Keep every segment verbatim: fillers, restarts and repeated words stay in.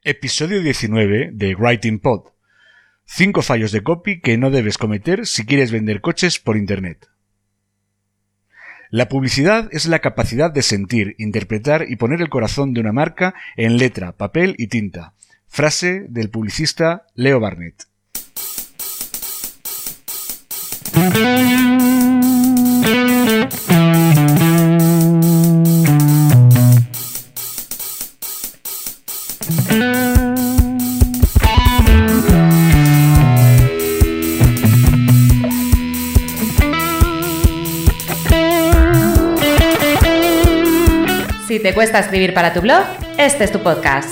Episodio diecinueve de Writing Pod. Cinco fallos de copy que no debes cometer si quieres vender coches por internet. La publicidad es la capacidad de sentir, interpretar y poner el corazón de una marca en letra, papel y tinta. Frase del publicista Leo Burnett. Si te cuesta escribir para tu blog, este es tu podcast.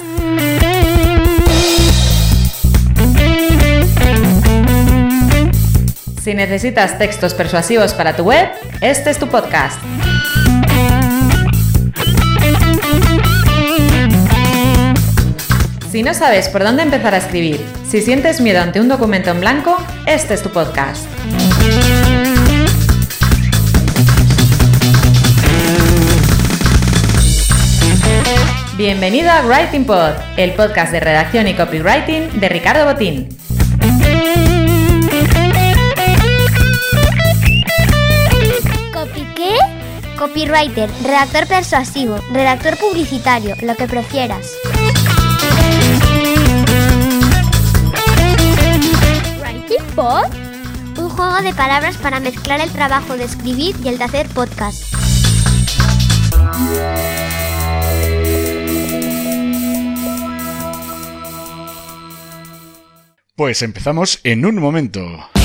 Si necesitas textos persuasivos para tu web, este es tu podcast. Si no sabes por dónde empezar a escribir, si sientes miedo ante un documento en blanco, este es tu podcast. Bienvenido a Writing Pod, el podcast de redacción y copywriting de Ricardo Botín. ¿Copy qué? Copywriter, redactor persuasivo, redactor publicitario, lo que prefieras. ¿Writing Pod? Un juego de palabras para mezclar el trabajo de escribir y el de hacer podcast. Pues empezamos en un momento.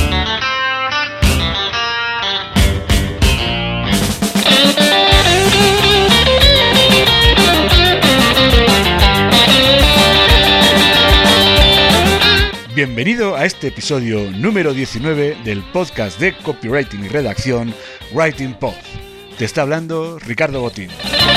Bienvenido a este episodio número diecinueve del podcast de copywriting y redacción Writing Pod. Te está hablando Ricardo Botín.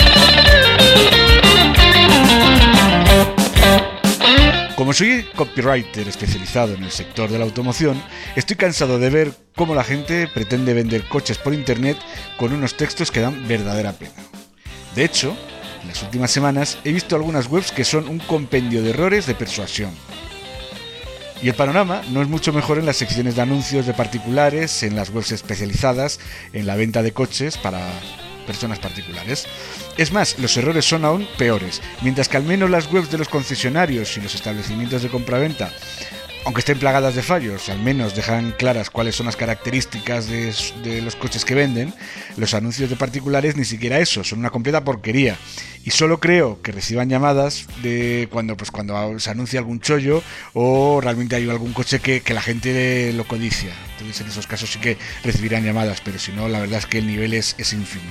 Como soy copywriter especializado en el sector de la automoción, estoy cansado de ver cómo la gente pretende vender coches por internet con unos textos que dan verdadera pena. De hecho, en las últimas semanas he visto algunas webs que son un compendio de errores de persuasión. Y el panorama no es mucho mejor en las secciones de anuncios de particulares, en las webs especializadas en la venta de coches para personas particulares. Es más, los errores son aún peores, mientras que al menos las webs de los concesionarios y los establecimientos de compraventa, aunque estén plagadas de fallos, al menos dejan claras cuáles son las características de, de los coches que venden. Los anuncios de particulares ni siquiera eso, son una completa porquería. Y solo creo que reciban llamadas de cuando, pues, cuando se anuncia algún chollo o realmente hay algún coche que, que la gente lo codicia. Entonces en esos casos sí que recibirán llamadas, pero si no, la verdad es que el nivel es, es ínfimo.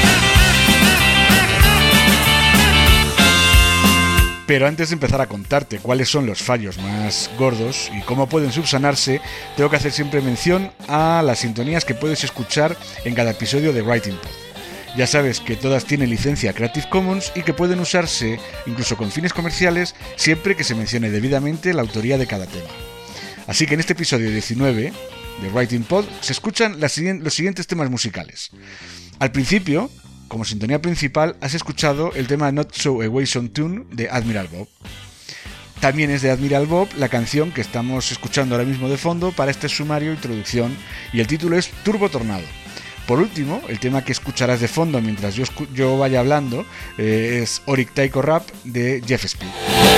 Pero antes de empezar a contarte cuáles son los fallos más gordos y cómo pueden subsanarse, tengo que hacer siempre mención a las sintonías que puedes escuchar en cada episodio de Writing Pod. Ya sabes que todas tienen licencia Creative Commons y que pueden usarse incluso con fines comerciales siempre que se mencione debidamente la autoría de cada tema. Así que en este episodio diecinueve de Writing Pod se escuchan las, los siguientes temas musicales. Al principio, como sintonía principal, has escuchado el tema Not So Away Some Tune de Admiral Bob. También es de Admiral Bob la canción que estamos escuchando ahora mismo de fondo para este sumario introducción, y el título es Turbo Tornado. Por último, el tema que escucharás de fondo mientras yo, escu- yo vaya hablando eh, es Oric Taiko Rap de Jeff Speed.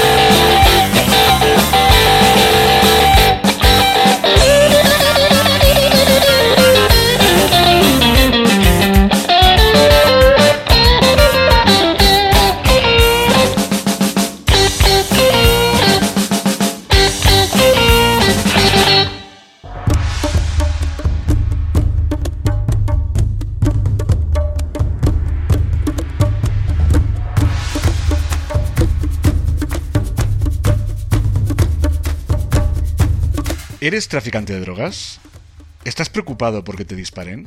¿Eres traficante de drogas? ¿Estás preocupado porque te disparen?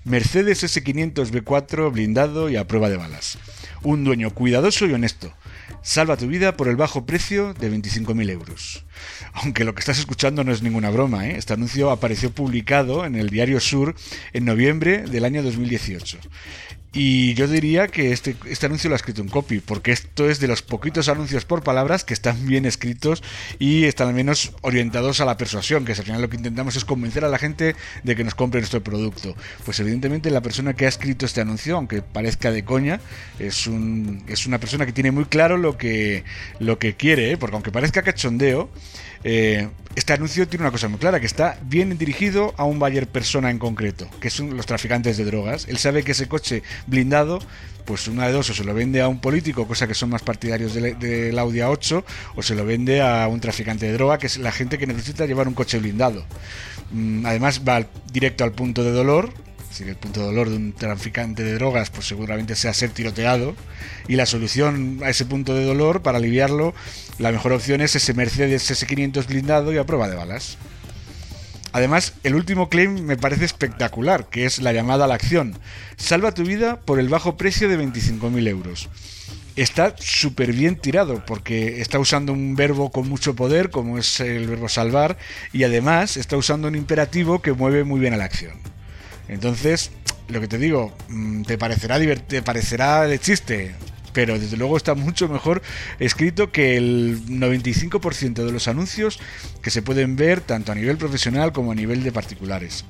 Mercedes ese quinientos B cuatro blindado y a prueba de balas. Un dueño cuidadoso y honesto. Salva tu vida por el bajo precio de veinticinco mil euros. Aunque lo que estás escuchando no es ninguna broma, ¿eh? Este anuncio apareció publicado en el Diario Sur en noviembre del año dos mil dieciocho. Y yo diría que este, este anuncio lo ha escrito un copy, porque esto es de los poquitos anuncios por palabras que están bien escritos y están al menos orientados a la persuasión, que al final lo que intentamos es convencer a la gente de que nos compre nuestro producto. Pues evidentemente la persona que ha escrito este anuncio, aunque parezca de coña, es, un, es una persona que tiene muy claro lo que, lo que quiere, ¿eh? Porque aunque parezca cachondeo, Eh, este anuncio tiene una cosa muy clara, que está bien dirigido a un buyer persona en concreto, que son los traficantes de drogas. Él sabe que ese coche blindado, pues una de dos, o se lo vende a un político, cosa que son más partidarios del de Audi A ocho, o se lo vende a un traficante de droga, que es la gente que necesita llevar un coche blindado. Además va directo al punto de dolor. Así que el punto de dolor de un traficante de drogas pues seguramente sea ser tiroteado, y la solución a ese punto de dolor, para aliviarlo, la mejor opción es ese Mercedes ese quinientos blindado y a prueba de balas. Además, el último claim me parece espectacular, que es la llamada a la acción. Salva tu vida por el bajo precio de veinticinco mil euros. Está súper bien tirado, porque está usando un verbo con mucho poder, como es el verbo salvar, y además está usando un imperativo que mueve muy bien a la acción. Entonces, lo que te digo, te parecerá divert- te parecerá de chiste, pero desde luego está mucho mejor escrito que el noventa y cinco por ciento de los anuncios que se pueden ver tanto a nivel profesional como a nivel de particulares.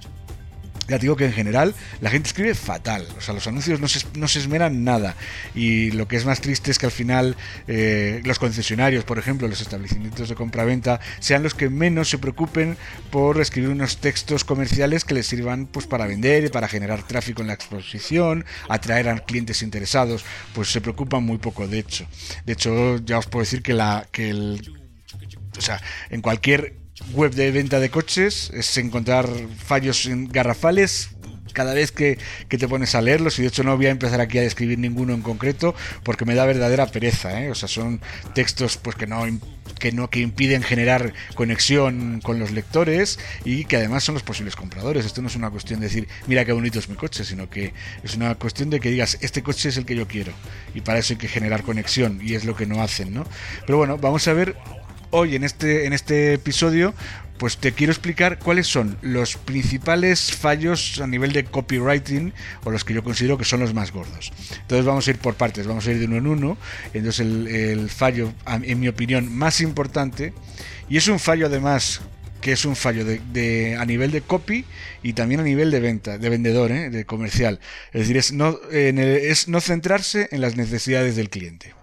Ya te digo que en general la gente escribe fatal, o sea, los anuncios no se, no se esmeran nada, y lo que es más triste es que al final eh, los concesionarios, por ejemplo, los establecimientos de compraventa, sean los que menos se preocupen por escribir unos textos comerciales que les sirvan pues para vender y para generar tráfico en la exposición, atraer a clientes interesados. Pues se preocupan muy poco, de hecho. De hecho, ya os puedo decir que la que el o sea, en cualquier web de venta de coches es encontrar fallos garrafales cada vez que, que te pones a leerlos, y de hecho no voy a empezar aquí a describir ninguno en concreto porque me da verdadera pereza, ¿eh? O sea, son textos pues que no que no que impiden generar conexión con los lectores, y que además son los posibles compradores. Esto no es una cuestión de decir mira qué bonito es mi coche, sino que es una cuestión de que digas este coche es el que yo quiero, y para eso hay que generar conexión, y es lo que no hacen, ¿no? Pero bueno, vamos a ver hoy en este, en este episodio, pues te quiero explicar cuáles son los principales fallos a nivel de copywriting, o los que yo considero que son los más gordos. Entonces vamos a ir por partes, vamos a ir de uno en uno. Entonces el, el fallo, en mi opinión, más importante, y es un fallo además que es un fallo de, de, a nivel de copy y también a nivel de venta, de vendedor, ¿eh? De comercial. Es decir, es no, en el, es no centrarse en las necesidades del cliente.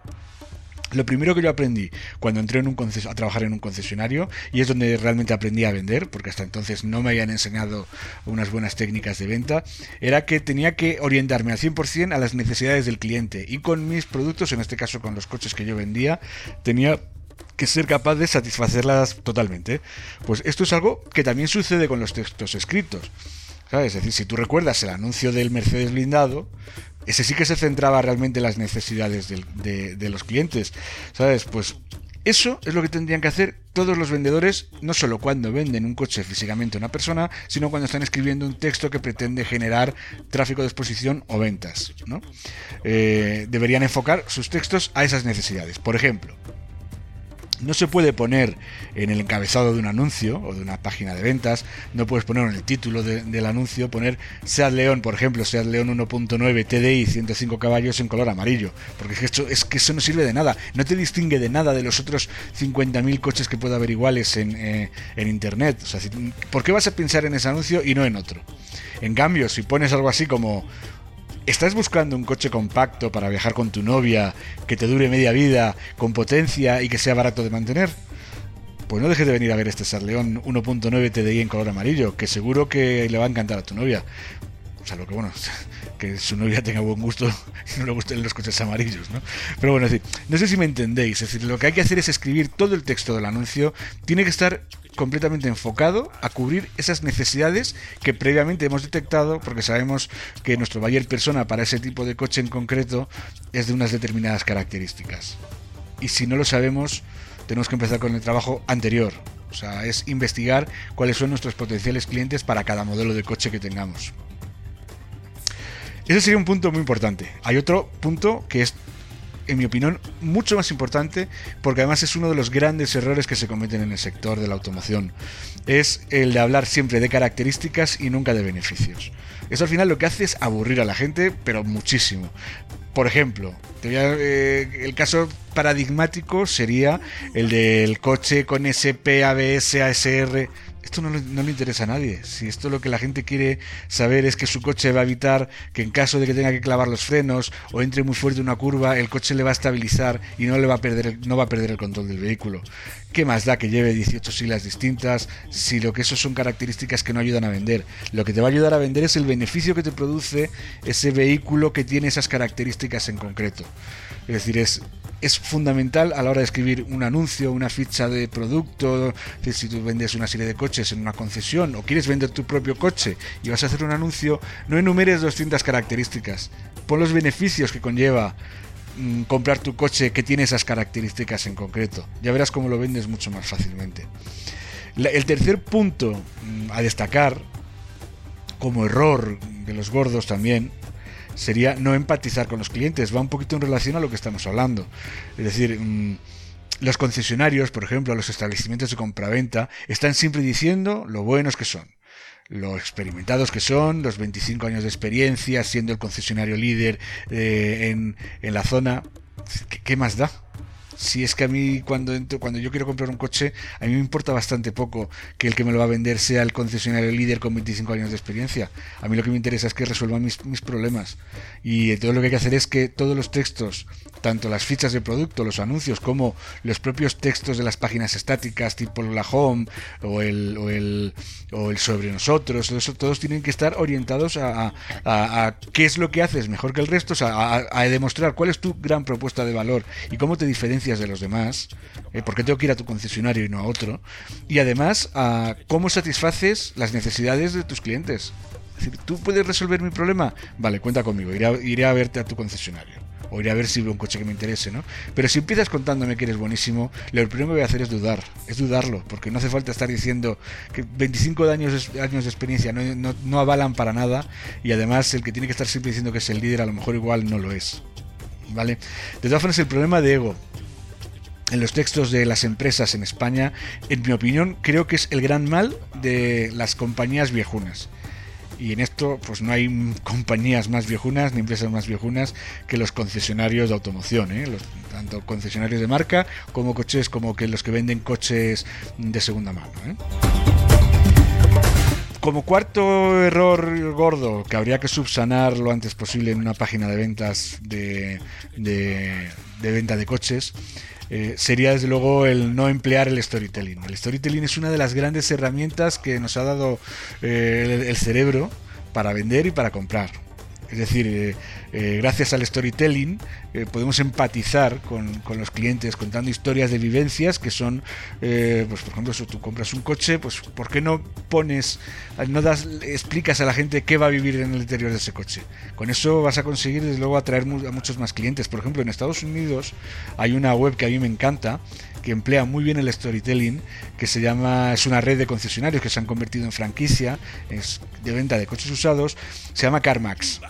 Lo primero que yo aprendí cuando entré en un conces- a trabajar en un concesionario, y es donde realmente aprendí a vender, porque hasta entonces no me habían enseñado unas buenas técnicas de venta, era que tenía que orientarme al cien por ciento a las necesidades del cliente, y con mis productos, en este caso con los coches que yo vendía, tenía que ser capaz de satisfacerlas totalmente. Pues esto es algo que también sucede con los textos escritos, ¿sabes? Es decir, si tú recuerdas el anuncio del Mercedes blindado, ese sí que se centraba realmente en las necesidades de, de, de los clientes, ¿sabes? Pues eso es lo que tendrían que hacer todos los vendedores, no solo cuando venden un coche físicamente a una persona, sino cuando están escribiendo un texto que pretende generar tráfico de exposición o ventas, ¿no? Eh, deberían enfocar sus textos a esas necesidades. Por ejemplo, no se puede poner en el encabezado de un anuncio o de una página de ventas, no puedes poner en el título de, del anuncio, poner Seat León, por ejemplo, Seat León uno punto nueve T D I ciento cinco caballos en color amarillo, porque es que, esto, es que eso no sirve de nada, no te distingue de nada de los otros cincuenta mil coches que pueda haber iguales en, eh, en internet. O sea, si, ¿por qué vas a pensar en ese anuncio y no en otro? En cambio, si pones algo así como: ¿estás buscando un coche compacto para viajar con tu novia, que te dure media vida, con potencia y que sea barato de mantener? Pues no dejes de venir a ver este Seat León uno punto nueve T D I en color amarillo, que seguro que le va a encantar a tu novia. O sea, lo que bueno, que su novia tenga buen gusto y no le gusten los coches amarillos, ¿no? Pero bueno, es decir, no sé si me entendéis. Es decir, lo que hay que hacer es escribir todo el texto del anuncio, tiene que estar completamente enfocado a cubrir esas necesidades que previamente hemos detectado, porque sabemos que nuestro buyer persona para ese tipo de coche en concreto es de unas determinadas características. Y si no lo sabemos, tenemos que empezar con el trabajo anterior. O sea, es investigar cuáles son nuestros potenciales clientes para cada modelo de coche que tengamos. Ese sería un punto muy importante. Hay otro punto que es en mi opinión, mucho más importante, porque además es uno de los grandes errores que se cometen en el sector de la automoción. Es el de hablar siempre de características y nunca de beneficios. Eso al final lo que hace es aburrir a la gente, pero muchísimo. Por ejemplo, te voy a, eh, el caso paradigmático sería el del coche con S P, A B S, A S R. Esto no, no le interesa a nadie. Si esto lo que la gente quiere saber es que su coche va a evitar que en caso de que tenga que clavar los frenos o entre muy fuerte una curva, el coche le va a estabilizar y no le va a perder el, no va a perder el control del vehículo. ¿Qué más da que lleve dieciocho siglas distintas si lo que eso son características que no ayudan a vender? Lo que te va a ayudar a vender es el beneficio que te produce ese vehículo que tiene esas características en concreto. Es decir, es es fundamental a la hora de escribir un anuncio, una ficha de producto. Es decir, si tú vendes una serie de coches en una concesión o quieres vender tu propio coche y vas a hacer un anuncio, no enumeres doscientas características. Pon los beneficios que conlleva mmm, comprar tu coche que tiene esas características en concreto. Ya verás cómo lo vendes mucho más fácilmente. La, el tercer punto mmm, a destacar, como error de los gordos también, sería no empatizar con los clientes. Va un poquito en relación a lo que estamos hablando. Es decir, mmm, los concesionarios, por ejemplo, los establecimientos de compraventa, están siempre diciendo lo buenos que son, lo experimentados que son, los veinticinco años de experiencia, siendo el concesionario líder eh, en, en la zona. ¿Qué, qué más da? Si es que a mí cuando entro, cuando yo quiero comprar un coche, a mí me importa bastante poco que el que me lo va a vender sea el concesionario líder con veinticinco años de experiencia. A mí lo que me interesa es que resuelvan mis, mis problemas. Y todo lo que hay que hacer es que todos los textos, tanto las fichas de producto, los anuncios, como los propios textos de las páginas estáticas, tipo la home o el, o el, o el sobre nosotros, todo eso, todos tienen que estar orientados a, a, a, a qué es lo que haces mejor que el resto, o sea, a, a demostrar cuál es tu gran propuesta de valor y cómo te diferencias de los demás, eh, porque tengo que ir a tu concesionario y no a otro, y además a cómo satisfaces las necesidades de tus clientes. Es decir, ¿tú puedes resolver mi problema? Vale, cuenta conmigo, iré a, iré a verte a tu concesionario o iré a ver si veo un coche que me interese, ¿no? Pero si empiezas contándome que eres buenísimo, lo primero que voy a hacer es dudar, es dudarlo, porque no hace falta estar diciendo que veinticinco años, años de experiencia no, no, no avalan para nada, y además el que tiene que estar siempre diciendo que es el líder a lo mejor igual no lo es, ¿vale? De todas formas, el problema de ego en los textos de las empresas en España, en mi opinión, creo que es el gran mal de las compañías viejunas. Y en esto, pues no hay compañías más viejunas ni empresas más viejunas que los concesionarios de automoción, ¿eh? Los, tanto concesionarios de marca como coches, como que los que venden coches de segunda mano, ¿eh? Como cuarto error gordo que habría que subsanar lo antes posible en una página de ventas de, de, de venta de coches, Eh, sería desde luego el no emplear el storytelling. El storytelling es una de las grandes herramientas que nos ha dado eh, el, el cerebro para vender y para comprar. Es decir, eh, eh, gracias al storytelling eh, podemos empatizar con, con los clientes contando historias de vivencias que son, eh, pues por ejemplo, si tú compras un coche, pues ¿por qué no pones, no das, explicas a la gente qué va a vivir en el interior de ese coche? Con eso vas a conseguir desde luego atraer a muchos más clientes. Por ejemplo, en Estados Unidos hay una web que a mí me encanta, que emplea muy bien el storytelling, que se llama, es una red de concesionarios que se han convertido en franquicia, es de venta de coches usados, se llama CarMax.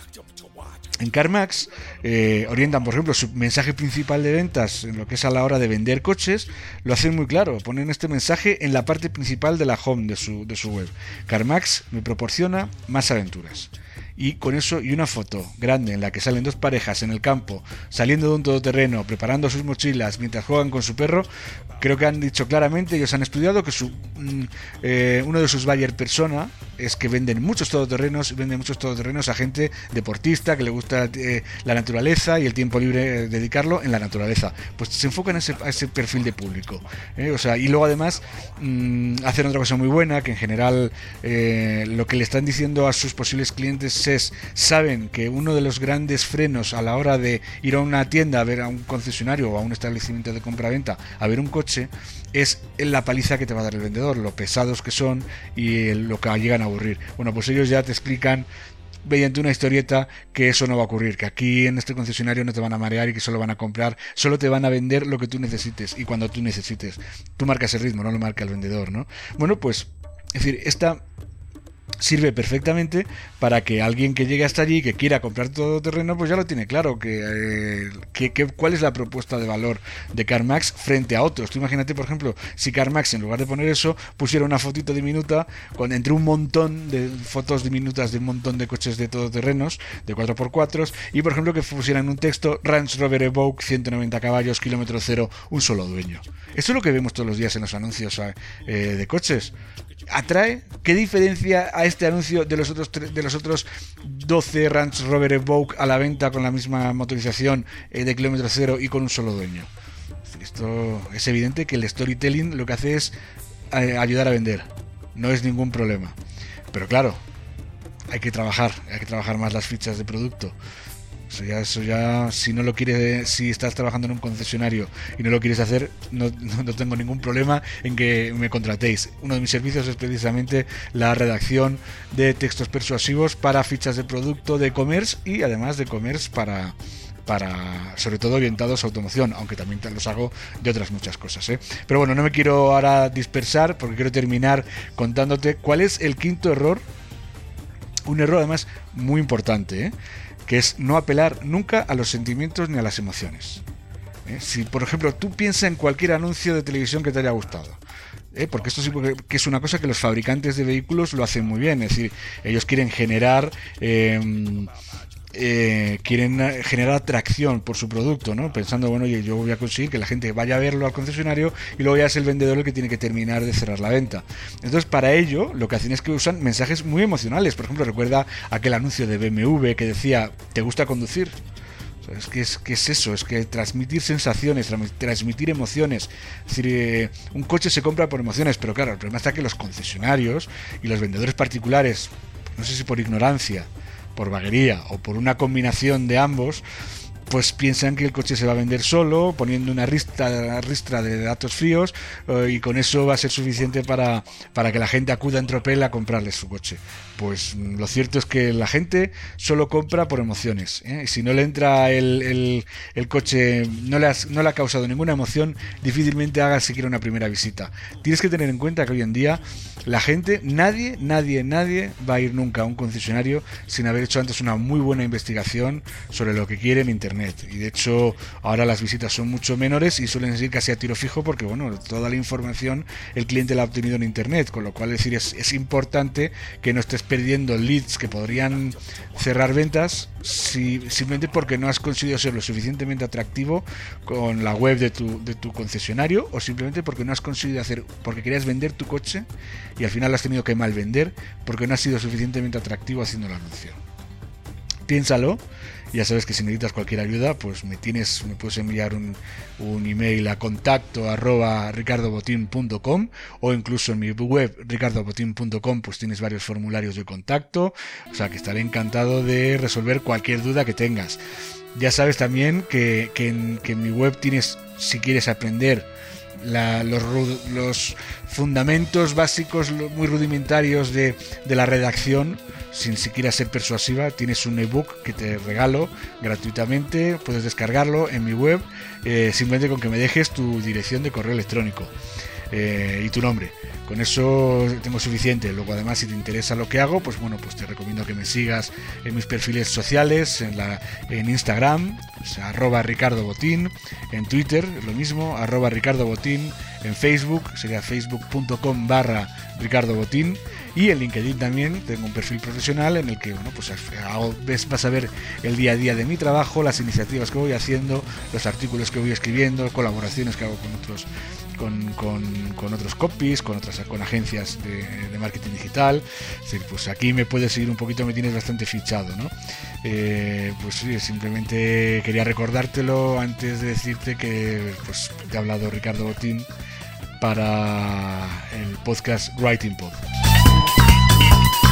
En CarMax eh, orientan, por ejemplo, su mensaje principal de ventas en lo que es a la hora de vender coches, lo hacen muy claro, ponen este mensaje en la parte principal de la home de su, de su web. CarMax me proporciona más aventuras. Y con eso, y una foto grande en la que salen dos parejas en el campo, saliendo de un todoterreno, preparando sus mochilas mientras juegan con su perro, creo que han dicho claramente, ellos han estudiado que su, eh, uno de sus buyer persona es que venden muchos todoterrenos, venden muchos todoterrenos a gente deportista que le gusta eh, la naturaleza y el tiempo libre eh, dedicarlo en la naturaleza. Pues se enfocan a ese, a ese perfil de público. ¿eh? O sea, y luego además mmm, hacen otra cosa muy buena, que en general eh, lo que le están diciendo a sus posibles clientes es, saben que uno de los grandes frenos a la hora de ir a una tienda a ver a un concesionario o a un establecimiento de compra-venta a ver un coche es la paliza que te va a dar el vendedor, lo pesados que son y lo que llegan a aburrir. Bueno, pues ellos ya te explican mediante una historieta que eso no va a ocurrir, que aquí en este concesionario no te van a marear y que solo van a comprar, solo te van a vender lo que tú necesites y cuando tú necesites. Tú marcas el ritmo, no lo marca el vendedor, ¿no? Bueno, pues, es decir, esta sirve perfectamente para que alguien que llegue hasta allí, que quiera comprar todoterreno, pues ya lo tiene claro, que, eh, que, que cuál es la propuesta de valor de CarMax frente a otros. Tú imagínate, por ejemplo, si CarMax, en lugar de poner eso, pusiera una fotito diminuta con, entre un montón de fotos diminutas de un montón de coches de todoterrenos, de cuatro por cuatro, y por ejemplo que pusieran un texto: Range Rover Evoque, ciento noventa caballos, kilómetro cero, un solo dueño. Eso es lo que vemos todos los días en los anuncios eh, de coches. ¿Atrae? ¿Qué diferencia a este anuncio de los otros de los otros doce Range Rover Evoque a la venta con la misma motorización eh, de kilómetro cero y con un solo dueño? Esto es evidente que el storytelling lo que hace es eh, ayudar a vender, no es ningún problema. Pero claro, hay que trabajar, hay que trabajar más las fichas de producto. Eso ya, eso ya, si no lo quieres, si estás trabajando en un concesionario y no lo quieres hacer, no, no, no tengo ningún problema en que me contratéis. Uno de mis servicios es precisamente la redacción de textos persuasivos para fichas de producto de e-commerce y además de e-commerce para, para, sobre todo orientados a automoción, aunque también los hago de otras muchas cosas, ¿eh? Pero bueno, no me quiero ahora dispersar porque quiero terminar contándote cuál es el quinto error, un error además muy importante, ¿eh? Que es no apelar nunca a los sentimientos ni a las emociones. ¿Eh? Si, por ejemplo, tú piensas en cualquier anuncio de televisión que te haya gustado, ¿eh? Porque esto sí que es una cosa que los fabricantes de vehículos lo hacen muy bien, es decir, ellos quieren generar... Eh, Eh, quieren generar atracción por su producto, ¿no? Pensando, bueno, oye, yo voy a conseguir que la gente vaya a verlo al concesionario y luego ya es el vendedor el que tiene que terminar de cerrar la venta. Entonces, para ello, lo que hacen es que usan mensajes muy emocionales. Por ejemplo, recuerda aquel anuncio de B M W que decía: ¿te gusta conducir? O sea, es que es, que es eso, es que transmitir sensaciones, transmitir emociones. Es decir, eh, un coche se compra por emociones, pero claro, el problema está que los concesionarios y los vendedores particulares, no sé si por ignorancia, por vaguería o por una combinación de ambos, pues piensan que el coche se va a vender solo, poniendo una ristra, ristra de datos fríos, eh, y con eso va a ser suficiente para, para que la gente acuda en tropel a comprarles su coche. Pues lo cierto es que la gente solo compra por emociones, ¿eh? Y si no le entra el, el, el coche, no le, has, no le ha causado ninguna emoción, difícilmente haga siquiera una primera visita. Tienes que tener en cuenta que hoy en día la gente, nadie, nadie, nadie va a ir nunca a un concesionario sin haber hecho antes una muy buena investigación sobre lo que quiere en internet. Y de hecho ahora las visitas son mucho menores y suelen ir casi a tiro fijo porque, bueno, toda la información el cliente la ha obtenido en internet, con lo cual es decir, es, es importante que no estés perdiendo leads que podrían cerrar ventas si, simplemente porque no has conseguido ser lo suficientemente atractivo con la web de tu, de tu concesionario, o simplemente porque no has conseguido hacer, porque querías vender tu coche y al final lo has tenido que mal vender porque no has sido suficientemente atractivo haciendo el anuncio. Piénsalo. Ya sabes que si necesitas cualquier ayuda, pues me tienes, me puedes enviar un, un email a contacto arroba ricardobotín punto com, o incluso en mi web ricardobotín punto com pues tienes varios formularios de contacto, o sea que estaré encantado de resolver cualquier duda que tengas. Ya sabes también que, que, en, que en mi web tienes, si quieres aprender La, los, los fundamentos básicos muy rudimentarios de, de la redacción sin siquiera ser persuasiva, tienes un ebook que te regalo gratuitamente, puedes descargarlo en mi web, eh, simplemente con que me dejes tu dirección de correo electrónico eh, y tu nombre. Con eso tengo suficiente. Luego además, si te interesa lo que hago, pues bueno, pues te recomiendo que me sigas en mis perfiles sociales, en la en Instagram, o sea, arroba Ricardo Botín, en Twitter lo mismo, arroba Ricardo Botín, en Facebook sería facebook punto com barra Ricardo Botín, y en LinkedIn también tengo un perfil profesional en el que, bueno, pues hago, ves, vas a ver el día a día de mi trabajo, las iniciativas que voy haciendo, los artículos que voy escribiendo, colaboraciones que hago con otros con, con, con otros copies, con otras con agencias de, de marketing digital. Es decir, pues aquí me puedes seguir un poquito, me tienes bastante fichado, ¿no? Eh, pues sí, simplemente quería recordártelo antes de decirte que pues te ha hablado Ricardo Botín para el podcast Writing Pod.